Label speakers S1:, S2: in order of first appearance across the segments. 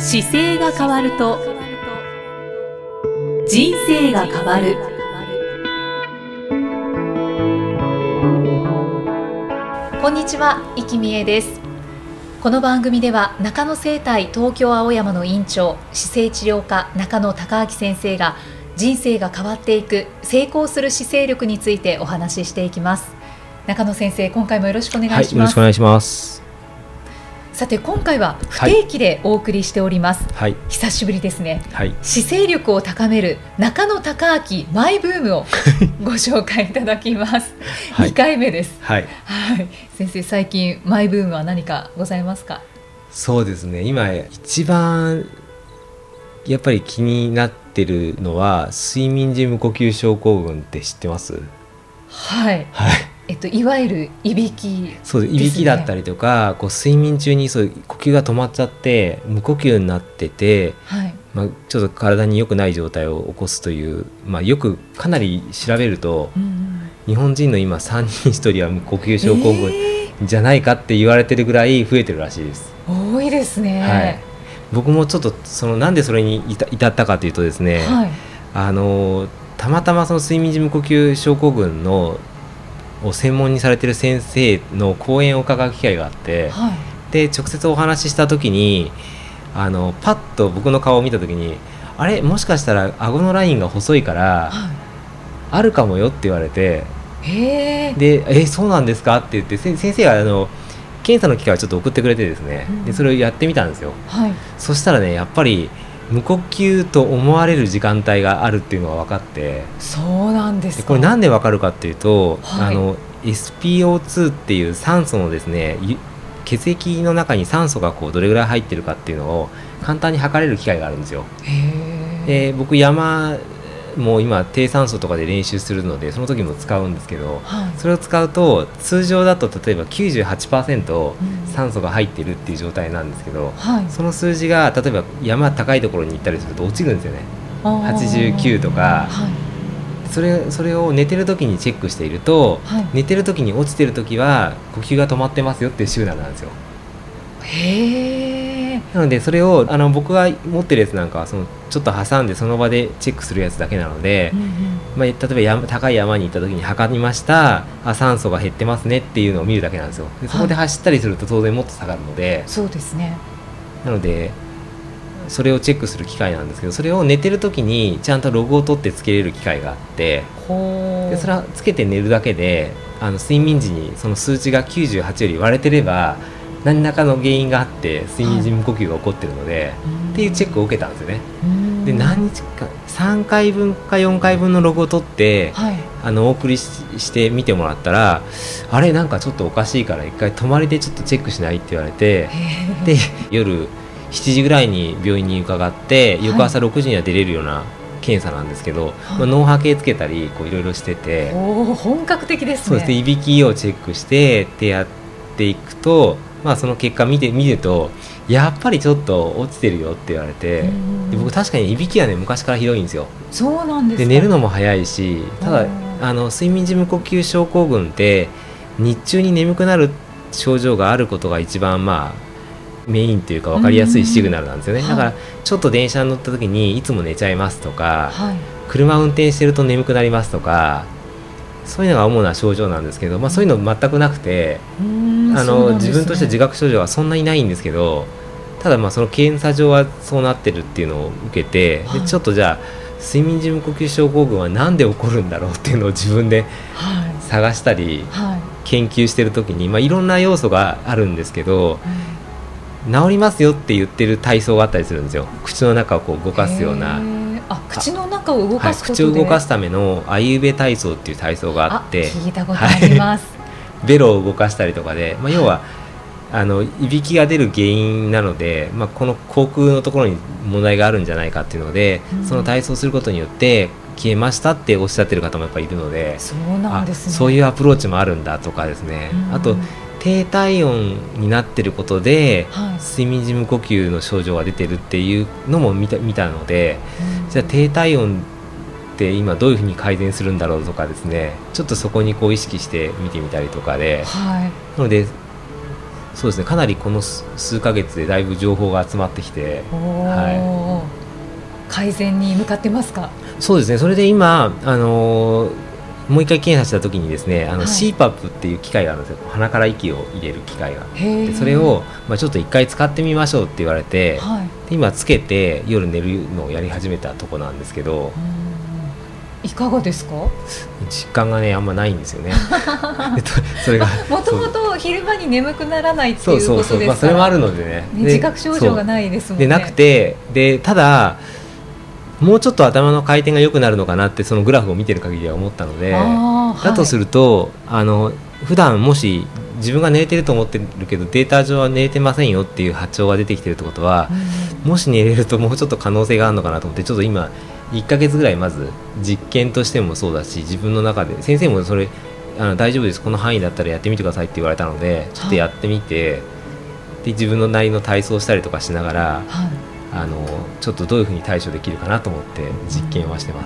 S1: 姿勢が変わると人生が変わる。こんにちは、生きみえです。この番組では中野生態東京青山の院長、姿勢治療科中野孝明先生が人生が変わっていく成功する姿勢力についてお話ししていきます。中野先生、今回もよろしくお願いします。
S2: はい、よろしくお願いします。
S1: さて、今回は不定期でお送りしております。
S2: はい、
S1: 久しぶりですね。
S2: はい、
S1: 姿勢力を高める中野孝明マイブームをご紹介いただきます。
S2: はい、
S1: 2回目です。
S2: はい
S1: はい、先生、最近マイブームは何かございますか？
S2: そうですね、今一番やっぱり気になってるのは睡眠時無呼吸症候群って知ってます？はい、はい、
S1: いわゆるいびきですね。
S2: そうです。いびきだったりとか、睡眠中にそう呼吸が止まっちゃって無呼吸になってて、はい、ちょっと体に良くない状態を起こすという、よくかなり調べると、日本人の今3人1人は無呼吸症候群じゃないかって言われてるぐらい増えてるらしいです。
S1: 多いですね。
S2: はい、僕もちょっとなんでそれに至ったかというとですね、はい、たまたまその睡眠時無呼吸症候群のを専門にされている先生の講演を伺う機会があって、はい、で直接お話しした時にパッと僕の顔を見た時に、あれもしかしたら顎のラインが細いから、はい、あるかもよって言われて、でそうなんですかって言って、先生が検査の機会をちょっと送ってくれてですね、でそれをやってみたんですよ。はい、そしたらね、やっぱり無呼吸と思われる時間帯があるっていうのが分かって。
S1: そうなんですか。
S2: これなんで分かるかっていうと、はい、SpO2 っていう酸素のですね、血液の中に酸素がどれぐらい入ってるかっていうのを簡単に測れる機械があるんですよ。で僕山も今低酸素とかで練習するのでその時も使うんですけど、はい、それを使うと通常だと例えば 98% 酸素が入ってるっていう状態なんですけど、その数字が例えば山高いところに行ったりすると落ちるんですよね。89とか、はい、それを寝てる時にチェックしていると、はい、寝てる時に落ちてる時は呼吸が止まってますよっていうシグナルなんですよ。なのでそれを僕が持ってるやつなんかはちょっと挟んでその場でチェックするやつだけなので、例えば高い山に行った時に測りました、酸素が減ってますねっていうのを見るだけなんですよ。でそこで走ったりすると当然もっと下がるので、
S1: そうですね。
S2: なのでそれをチェックする機械なんですけど、それを寝てる時にちゃんとログを取ってつけれる機械があって、でそれはつけて寝るだけで睡眠時にその数値が98より割れてれば何らかの原因があって睡眠時無呼吸が起こってるので、っていうチェックを受けたんですよね。で何日か3回分か4回分のログを取って、はい、お送りして見てもらったら、あれなんかちょっとおかしいから一回泊まりでちょっとチェックしないって言われて、で夜7時ぐらいに病院に伺って、翌朝6時には出れるような検査なんですけど、はい、脳波計つけたりいろいろしてて、
S1: 本格的ですね。
S2: そうですね。いびきをチェックしてってやっていくと、その結果見るとやっぱりちょっと落ちてるよって言われて、で僕確かにいびきはね昔からひどいんですよ。
S1: そうなんですか。
S2: で寝るのも早いし、ただ睡眠時無呼吸症候群って日中に眠くなる症状があることが一番メインというか分かりやすいシグナルなんですよね。だからちょっと電車に乗った時にいつも寝ちゃいますとか、はい、車運転してると眠くなりますとか、そういうのが主な症状なんですけど、そういうの全くなくて、自分として自覚症状はそんなにないんですけど、ただその検査上はそうなってるっていうのを受けて、でちょっとじゃあ睡眠時無呼吸症候群はなんで起こるんだろうっていうのを自分で探したり、研究してる時に、いろんな要素があるんですけど、治りますよって言ってる体操があったりするんですよ。口の中を動かすような。
S1: 口の中を動かすことで、
S2: 口を動かすためのあいうべ体操っていう体操があって、
S1: 聞いたことあります。
S2: ベロを動かしたりとかで、要はいびきが出る原因なので、この口腔のところに問題があるんじゃないかっていうので、その体操をすることによって消えましたっておっしゃってる方もやっぱりいるので、
S1: そうなんですね。
S2: そういうアプローチもあるんだとかですね、あと低体温になってることで、睡眠時無呼吸の症状が出てるっていうのも見たので、じゃあ低体温って今どういうふうに改善するんだろうとかですね、ちょっとそこに意識して見てみたりとかで、なのでそうですね、かなりこの数ヶ月でだいぶ情報が集まってきて、
S1: はい、改善に向かってますか？
S2: そうですね、それで今、もう一回検査した時にですね、CPAP っていう機械があるんですよ。鼻から息を入れる機械が。でそれを、ちょっと一回使ってみましょうって言われて、で今つけて夜寝るのをやり始めたとこなんですけど、
S1: いかがですか？
S2: 実感がねあんまないんですよねそれが
S1: もともと昼間に眠くならないっていうことですから、
S2: それもあるのでね、
S1: 自覚症状がないですもんね。
S2: でなくて、でただもうちょっと頭の回転が良くなるのかなってそのグラフを見てる限りは思ったので、だとすると普段もし自分が寝れてると思ってるけどデータ上は寝れてませんよっていう波長が出てきてるってことは、もし寝れるともうちょっと可能性があるのかなと思って、ちょっと今1ヶ月ぐらいまず実験としてもそうだし、自分の中で先生もそれ大丈夫です、この範囲だったらやってみてくださいって言われたので、ちょっとやってみて、で自分のなりの体操したりとかしながら、ちょっとどういうふうに対処できるかなと思って実験はしてます。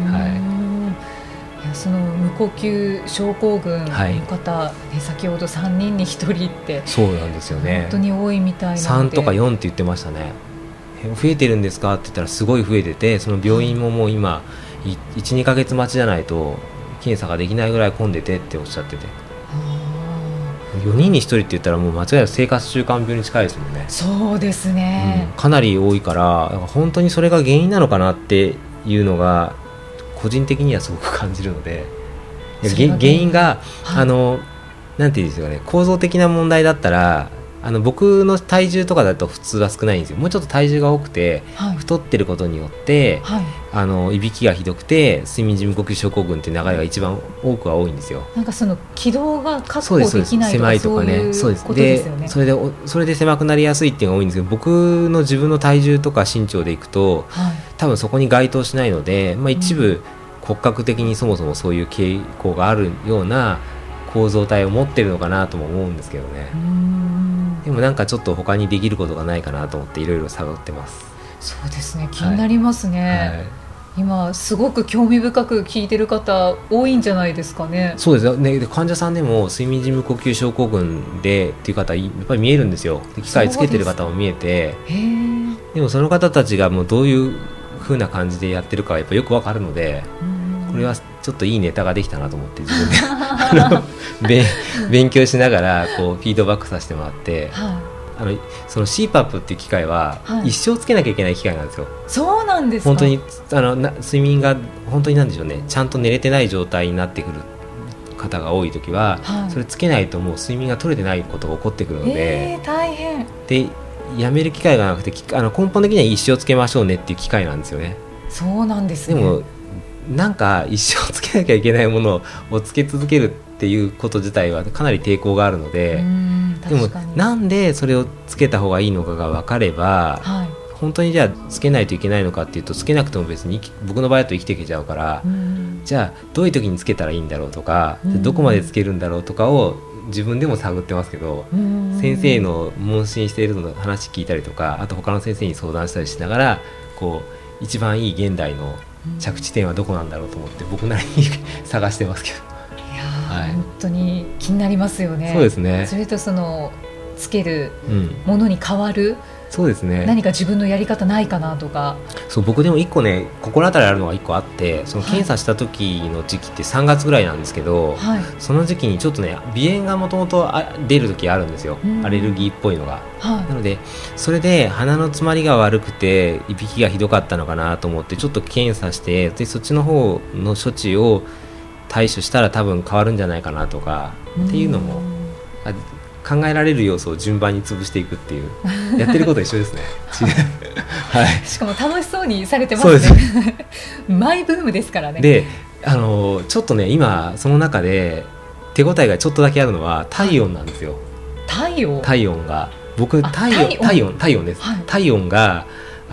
S1: いや、その無呼吸症候群の方、先ほど3人に1人って
S2: そうなんですよね、
S1: 本当に多いみたいなので、
S2: 3とか4って言ってましたね。増えてるんですかって言ったらすごい増えてて、その病院ももう今 1,2 ヶ月待ちじゃないと検査ができないぐらい混んでてっておっしゃってて、4人に1人って言ったらもう間違いなく生活習慣病に近いですもんね。
S1: そうですね、
S2: かなり多いから、本当にそれが原因なのかなっていうのが個人的にはすごく感じるので、原因が、なんていうんですかね、構造的な問題だったら僕の体重とかだと普通は少ないんですよ。もうちょっと体重が多くて、太ってることによって、いびきがひどくて睡眠時無呼吸症候群っていう流れが一番多くは多いんですよ。
S1: なんかその気道が確保できないとか、
S2: 狭いとかね、そういうことですよね。それで狭くなりやすいっていうのが多いんですけど、僕の自分の体重とか身長でいくと、多分そこに該当しないので、一部骨格的にそもそもそういう傾向があるような構造体を持ってるのかなとも思うんですけどね。でもなんかちょっと他にできることがないかなと思っていろいろ探ってます。
S1: そうですね、気になりますね。今すごく興味深く聞いてる方多いんじゃないですかね。
S2: そうですね。で患者さんでも睡眠時無呼吸症候群でっていう方やっぱり見えるんですよ。機械つけてる方も見えて、でもその方たちがもうどういう風な感じでやってるかはやっぱよくわかるので、これはちょっといいネタができたなと思って自分で勉強しながらこうフィードバックさせてもらって、その CPAP っていう機械は一生つけなきゃいけない機械なんですよ。
S1: そうなんですか。
S2: 本当に睡眠が本当になんでしょうね、ちゃんと寝れてない状態になってくる方が多い時は、それつけないともう睡眠が取れてないことが起こってくるので、
S1: 大変
S2: でやめる機会がなくて根本的には一生つけましょうねっていう機械なんですよね。
S1: そうなんですね。
S2: でもなんか一生つけなきゃいけないものをつけ続けるっていうこと自体はかなり抵抗があるので、でもなんでそれをつけた方がいいのかが分かれば、本当にじゃあつけないといけないのかっていうと、つけなくても別に僕の場合だと生きていけちゃうから、じゃあどういう時につけたらいいんだろうとか、どこまでつけるんだろうとかを自分でも探ってますけど、先生の問診しているのの話聞いたりとか、あと他の先生に相談したりしながら、こう一番いい現代の着地点はどこなんだろうと思って僕なりに探してますけど、
S1: いや、本当に気になりますよね。
S2: そうですね。
S1: それとそのつけるものに変わる、
S2: そうですね、
S1: 何か自分のやり方ないかなとか。
S2: そう僕でも1個ね心当たりあるのが1個あって、その検査した時の時期って3月ぐらいなんですけど、その時期にちょっとね鼻炎がもともと出る時あるんですよ、アレルギーっぽいのが、なのでそれで鼻の詰まりが悪くていびきがひどかったのかなと思ってちょっと検査して、でそっちの方の処置を対処したら多分変わるんじゃないかなとかっていうのも考えられる要素を順番に潰していくっていうやってることは一緒ですね
S1: しかも楽しそうにされてますね。そうですマイブームですからね。
S2: でちょっとね今その中で手応えがちょっとだけあるのは体温なんですよ。体温が僕体温です、体温が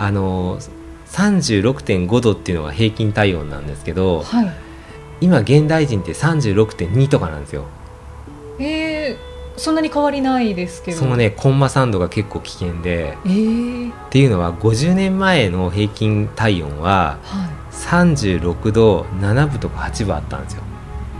S2: 36.5 度っていうのが平均体温なんですけど、今現代人って 36.2 とかなんですよ。
S1: そんなに変わりないですけど、
S2: そのねコンマ3度が結構危険で、っていうのは50年前の平均体温は36度7分とか8分あったんですよ。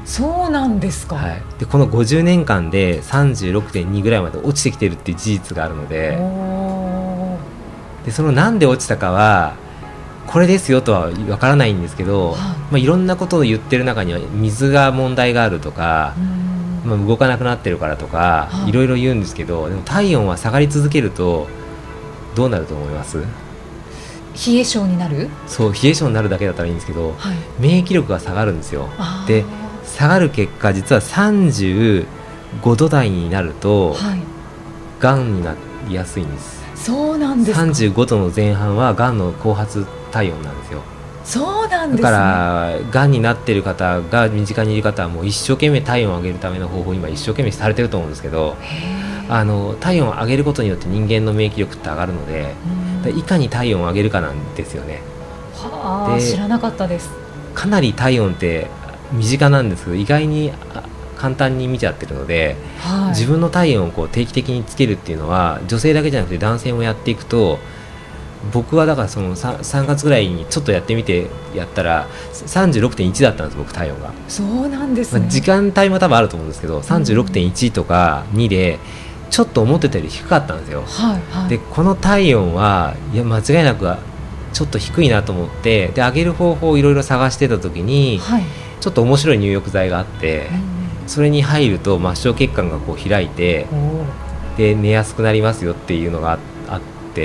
S1: そうなんですか。
S2: はい、でこの50年間で 36.2 ぐらいまで落ちてきてるっていう事実があるので、でそのなんで落ちたかはこれですよとは分からないんですけど、いろんなことを言ってる中には水が問題があるとか、動かなくなってるからとか、いろいろ言うんですけど、でも体温は下がり続けるとどうなると思います？
S1: 冷え性になる？
S2: そう、冷え性になるだけだったらいいんですけど、免疫力が下がるんですよ。で下がる結果、実は35度台になると、がんになりやすいんです。
S1: そうなんですか。
S2: 35度の前半はがんの後発体温なんですよ。
S1: そうなんですね。
S2: だからがんになっている方が身近にいる方はもう一生懸命体温を上げるための方法を今一生懸命されてると思うんですけど、体温を上げることによって人間の免疫力って上がるので、いかに体温を上げるかなんですよね。
S1: はあ、知らなかったです。
S2: かなり体温って身近なんですけど、意外に簡単に見ちゃってるので、自分の体温をこう定期的につけるっていうのは女性だけじゃなくて男性もやっていくと、僕はだからその 3月ぐらいにちょっとやってみてやったら 36.1 だったんです、僕体温が。
S1: そうなんですね。
S2: 時間帯も多分あると思うんですけど、36.1 とか2でちょっと思ってたより低かったんですよ。でこの体温はいや間違いなくちょっと低いなと思って、で上げる方法をいろいろ探してた時に、ちょっと面白い入浴剤があって、それに入ると末梢血管がこう開いて、で寝やすくなりますよっていうのがあって、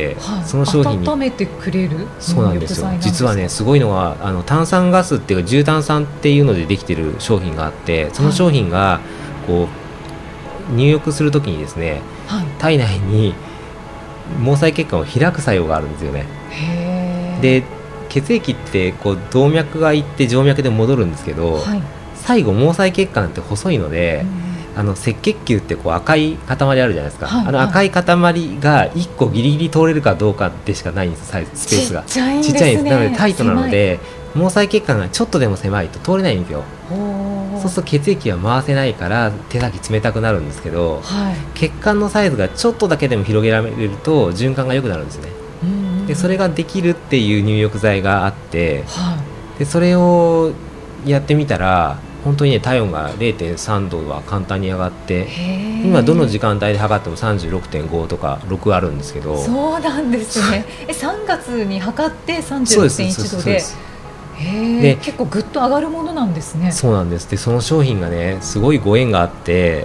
S2: その商品に
S1: 温めてくれる。
S2: そうなんですよ。実はね、すごいのは炭酸ガスっていうか重炭酸っていうのでできてる商品があって、その商品がこう入浴するときにですね、体内に毛細血管を開く作用があるんですよね。で血液ってこう動脈がいって静脈で戻るんですけど、最後毛細血管って細いので、赤血球ってこう赤い塊あるじゃないですか。赤い塊が1個ギリギリ通れるかどうかでしかないんです、スペースが。ちっちゃいんですね。なのでタイトなので毛細血管がちょっとでも狭いと通れないんですよ。そうすると血液は回せないから手先冷たくなるんですけど、血管のサイズがちょっとだけでも広げられると循環が良くなるんですね。でそれができるっていう入浴剤があって、でそれをやってみたら本当にね、体温が 0.3 度は簡単に上がって、今どの時間帯で測っても 36.5 とか6あるんですけど。そうなんですね。
S1: 3月に測って 36.1 度で、で結構ぐっと上がるものなんですね。
S2: そうなんです。でその商品がね、すごいご縁があって、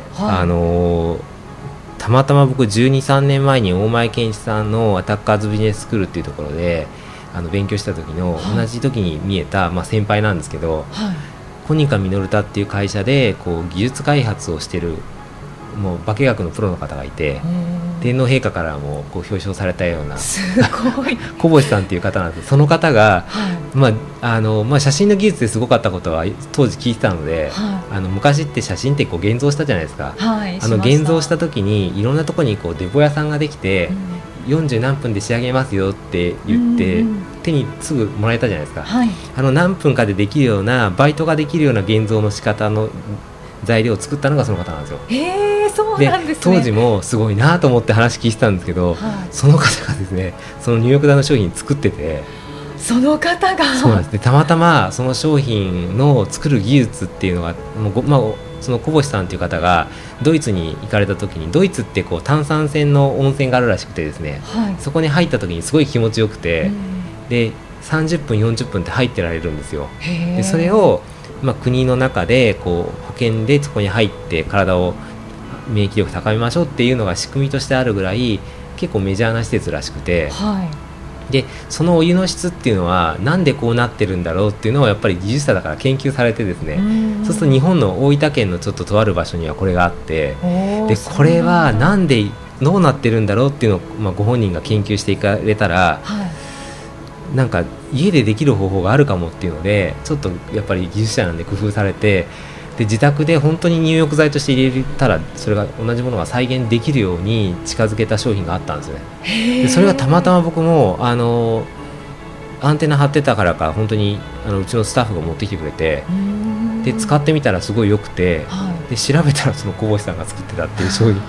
S2: たまたま僕12、3年前に大前健一さんのアタッカーズビジネススクールっていうところで勉強した時の同じ時に見えた、先輩なんですけど、コニカミノルタっていう会社でこう技術開発をしてるもう化学のプロの方がいて、天皇陛下からもこう表彰されたような
S1: すごい
S2: 小星さんっていう方なんです。その方が、写真の技術ですごかったことは当時聞いてたので、昔って写真ってこう現像したじゃないですか。現像した時にいろんなところにこうデポ屋さんができて、40何分で仕上げますよって言って、手にすぐもらえたじゃないですか。何分かでできるようなバイトができるような現像の仕方の材料を作ったのがその方なんですよ。
S1: そうなんですね。
S2: 当時もすごいなと思って話聞いてたんですけど、その方がですね、その入浴剤の商品作ってて、
S1: その方が
S2: そうなんですね。たまたまその商品の作る技術っていうのがその小星さんっていう方がドイツに行かれた時に、ドイツってこう炭酸泉の温泉があるらしくてですね、そこに入った時にすごい気持ちよくて、で30分40分って入ってられるんですよ。でそれを国の中でこう保険でそこに入って体を免疫力高めましょうっていうのが仕組みとしてあるぐらい結構メジャーな施設らしくて、でそのお湯の質っていうのはなんでこうなってるんだろうっていうのはやっぱり技術者だから研究されてですね、そうすると日本の大分県のちょっととある場所にはこれがあって、でこれはなんでどうなってるんだろうっていうのを、ご本人が研究していかれたら、なんか家でできる方法があるかもっていうので、ちょっとやっぱり技術者なんで工夫されて、で自宅で本当に入浴剤として入れたらそれが同じものが再現できるように近づけた商品があったんですよね。でそれがたまたま僕もアンテナ張ってたからか本当にうちのスタッフが持ってきてくれて、で使ってみたらすごい良くて、で調べたらその小星さんが作ってたっていう商品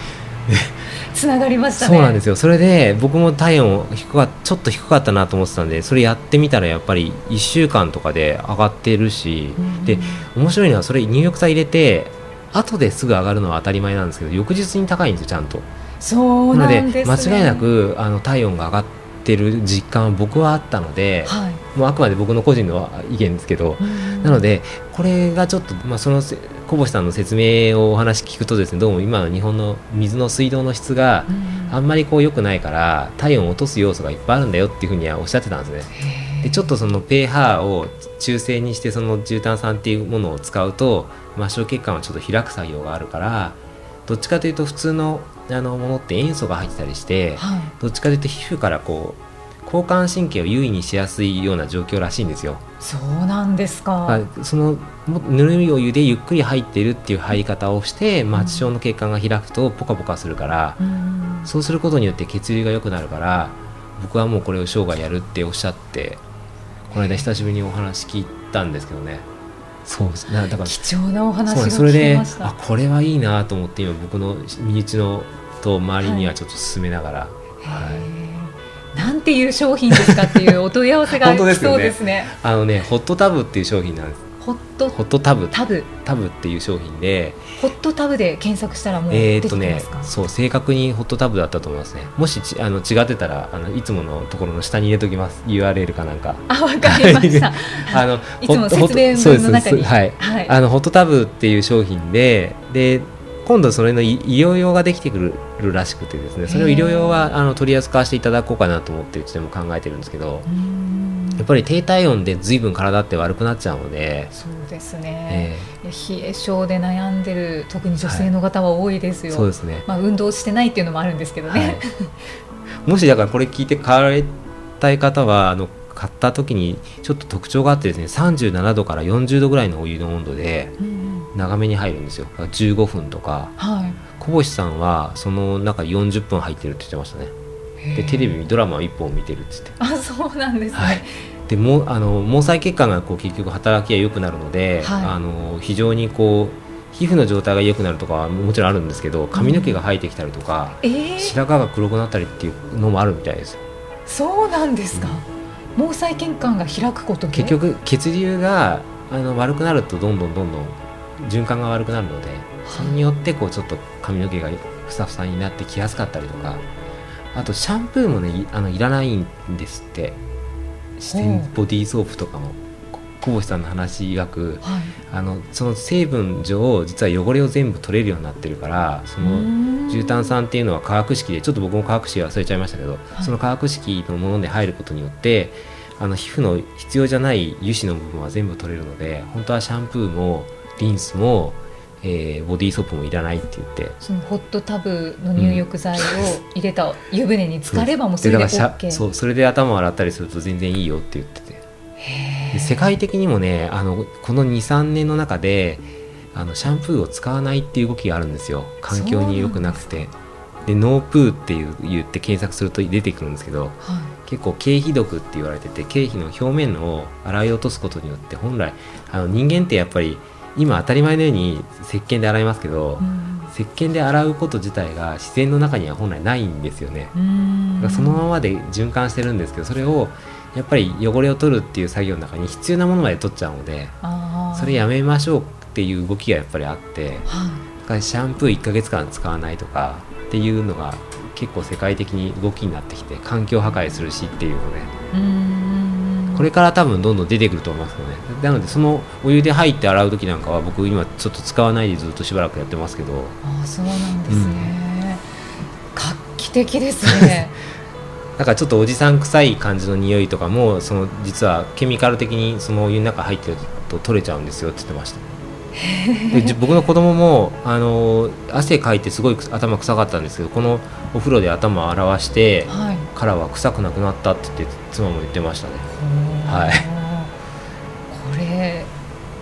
S1: つながりましたね。
S2: そうなんですよ。それで僕も体温ちょっと低かったなと思ってたんで、それやってみたらやっぱり1週間とかで上がってるし、で面白いのはそれ入浴剤入れて後ですぐ上がるのは当たり前なんですけど、翌日に高いんですよちゃんと。
S1: そうなんですね。
S2: なので間違いなく体温が上がってる実感は僕はあったので、
S1: はい、
S2: もうあくまで僕の個人の意見ですけど、なのでこれがちょっと、その小星さんの説明をお話聞くとですね、どうも今の日本の水の水道の質があんまり良くないから体温を落とす要素がいっぱいあるんだよっていうふうにはおっしゃってたんですね。でちょっとその pH を中性にしてその重炭酸っていうものを使うと末梢血管はちょっと開く作業があるから、どっちかというと普通のものって塩素が入ってたりして、はい、どっちかというと皮膚から交感神経を優位にしやすいような状況らしいんですよ。
S1: そうなんですか。
S2: そのぬるいお湯でゆっくり入っているっていう入り方をして末梢の血管が開くとポカポカするから、そうすることによって血流が良くなるから、僕はもうこれを生涯やるっておっしゃって、この間久しぶりにお話聞いたんですけどね。そうだから
S1: 貴重なお話が聞けました。
S2: それでこれはいいなと思って今僕の身内のと周りにはちょっと勧めながら、
S1: なんていう商品ですかっていうお問い合わせが来そうですね。
S2: ホットタブっていう商品なんです。ホットタブっていう商品で、
S1: ホットタブで検索したらもう出てきますか？
S2: そう、正確にホットタブだったと思いますね。もし違ってたらいつものところの下に入れときます。 URL かなんか。
S1: わかりましたいつも説明文の中に、
S2: はい、ホットタブっていう商品で今度それの医療用ができてくるらしくてですね、それを医療用は取り扱わせていただこうかなと思ってうちでも考えてるんですけど、やっぱり低体温で随分体って悪くなっちゃうので。
S1: そうですね、冷え性で悩んでる特に女性の方は多いですよ。
S2: そうですね、
S1: 運動してないっていうのもあるんですけどね、
S2: もしだからこれ聞いて買われたい方は買った時にちょっと特徴があってですね、37度から40度ぐらいのお湯の温度で長めに入るんですよ。15分とか、小星さんはその中40分入ってるって言ってましたね。でテレビドラマを1本見てるって言って。
S1: そうなんですね、
S2: でも毛細血管が結局働きが良くなるので、非常に皮膚の状態が良くなるとかはもちろんあるんですけど、髪の毛が生えてきたりとか、白髪が黒くなったりっていうのもあるみたいですよ。
S1: そうなんですか、毛細血管が開くことで
S2: 結局血流が悪くなるとどんどん循環が悪くなるので、それによってちょっと髪の毛がふさふさになってきやすかったりとか、あとシャンプーもねいらないんですって。ボディーソープとかも小星さんの話曰く、その成分上実は汚れを全部取れるようになってるから、その重炭酸っていうのは化学式で、ちょっと僕も化学式忘れちゃいましたけど、その化学式のもので入ることによって皮膚の必要じゃない油脂の部分は全部取れるので、本当はシャンプーもリンスもボディーソープもいらないって言って、
S1: そのホットタブの入浴剤を入れた湯船に浸かればもうそれで OK。
S2: それで頭を洗ったりすると全然いいよって言ってて、で世界的にもねこの 2,3 年の中でシャンプーを使わないっていう動きがあるんですよ。環境に良くなくて。でノープーって言って検索すると出てくるんですけど、結構経皮毒って言われてて、経皮の表面を洗い落とすことによって、本来人間ってやっぱり今当たり前のように石鹸で洗いますけど、石鹸で洗うこと自体が自然の中には本来ないんですよね。だからそのままで循環してるんですけど、それをやっぱり汚れを取るっていう作業の中に必要なものまで取っちゃうので、それやめましょうっていう動きがやっぱりあって、だからシャンプー1ヶ月間使わないとかっていうのが結構世界的に動きになってきて、環境破壊するしっていうので、これから多分どんどん出てくると思いますので、なのでそのお湯で入って洗う時なんかは僕今ちょっと使わないでずっとしばらくやってますけど。
S1: そうなんですね、画期的ですね
S2: だからちょっとおじさん臭い感じの匂いとかも実はケミカル的にそのお湯の中入ってると取れちゃうんですよって言ってました。で僕の子供も汗かいてすごい頭臭かったんですけど、このお風呂で頭を洗わしてからは臭くなくなったって言って妻も言ってましたね。
S1: これ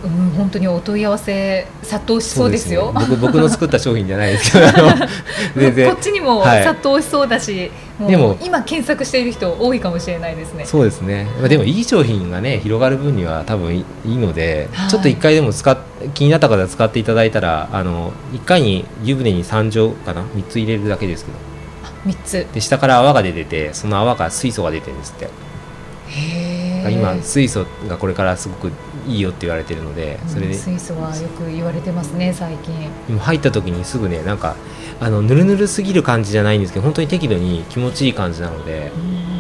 S1: 本当にお問い合わせ殺到しそうですよ。
S2: 僕の作った商品じゃないですけど全然
S1: こっちにも殺到しそうだし、
S2: でも
S1: 今検索している人多いかもしれないですね。
S2: そうですね。でもいい商品がね広がる分には多分いいので、ちょっと1回でも気になった方は使っていただいたら、1回に湯船に3錠かな3つ入れるだけですけど、
S1: 3つ
S2: で下から泡が出てて、その泡から水素が出てるんですって。今水素がこれからすごくいいよって言われてるので、それで
S1: 水素はよく言われてますね最近。
S2: 今入った時にすぐね、なんかぬるぬるすぎる感じじゃないんですけど、本当に適度に気持ちいい感じなので、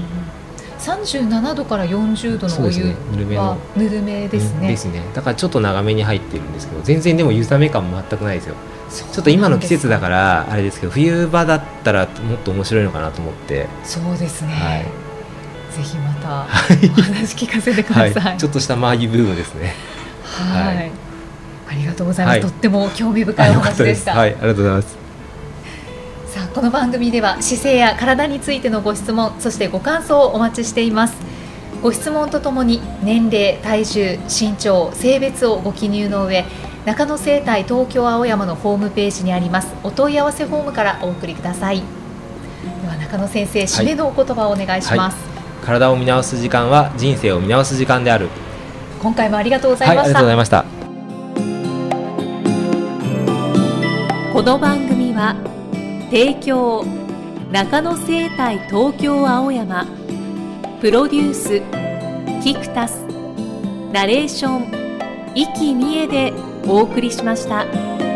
S1: 37度から40度のお湯はぬるめですね。
S2: ですね。だからちょっと長めに入ってるんですけど、全然でも湯冷め感も全くないですよ。ちょっと今の季節だからあれですけど、冬場だったらもっと面白いのかなと思って。
S1: そうですね、
S2: はい、
S1: ぜひまたお話聞かせてください。
S2: はい、ちょっとしたマーギブームですね。
S1: はい、ありがとうございます。とっても興味深いお話でした。
S2: はい、ありがとうございます。
S1: さあ、この番組では姿勢や体についてのご質問、そしてご感想をお待ちしています。ご質問とともに年齢、体重、身長、性別をご記入の上、中野生態東京青山のホームページにありますお問い合わせフォームからお送りください。では中野先生、締めのお言葉をお願いします。
S2: 体を見直す時間は人生を見直す時間である。
S1: 今回もありがとうございました。
S2: ありがとうございました。
S1: この番組は提供中野生態東京青山、プロデュースキクタス、ナレーション生きみえでお送りしました。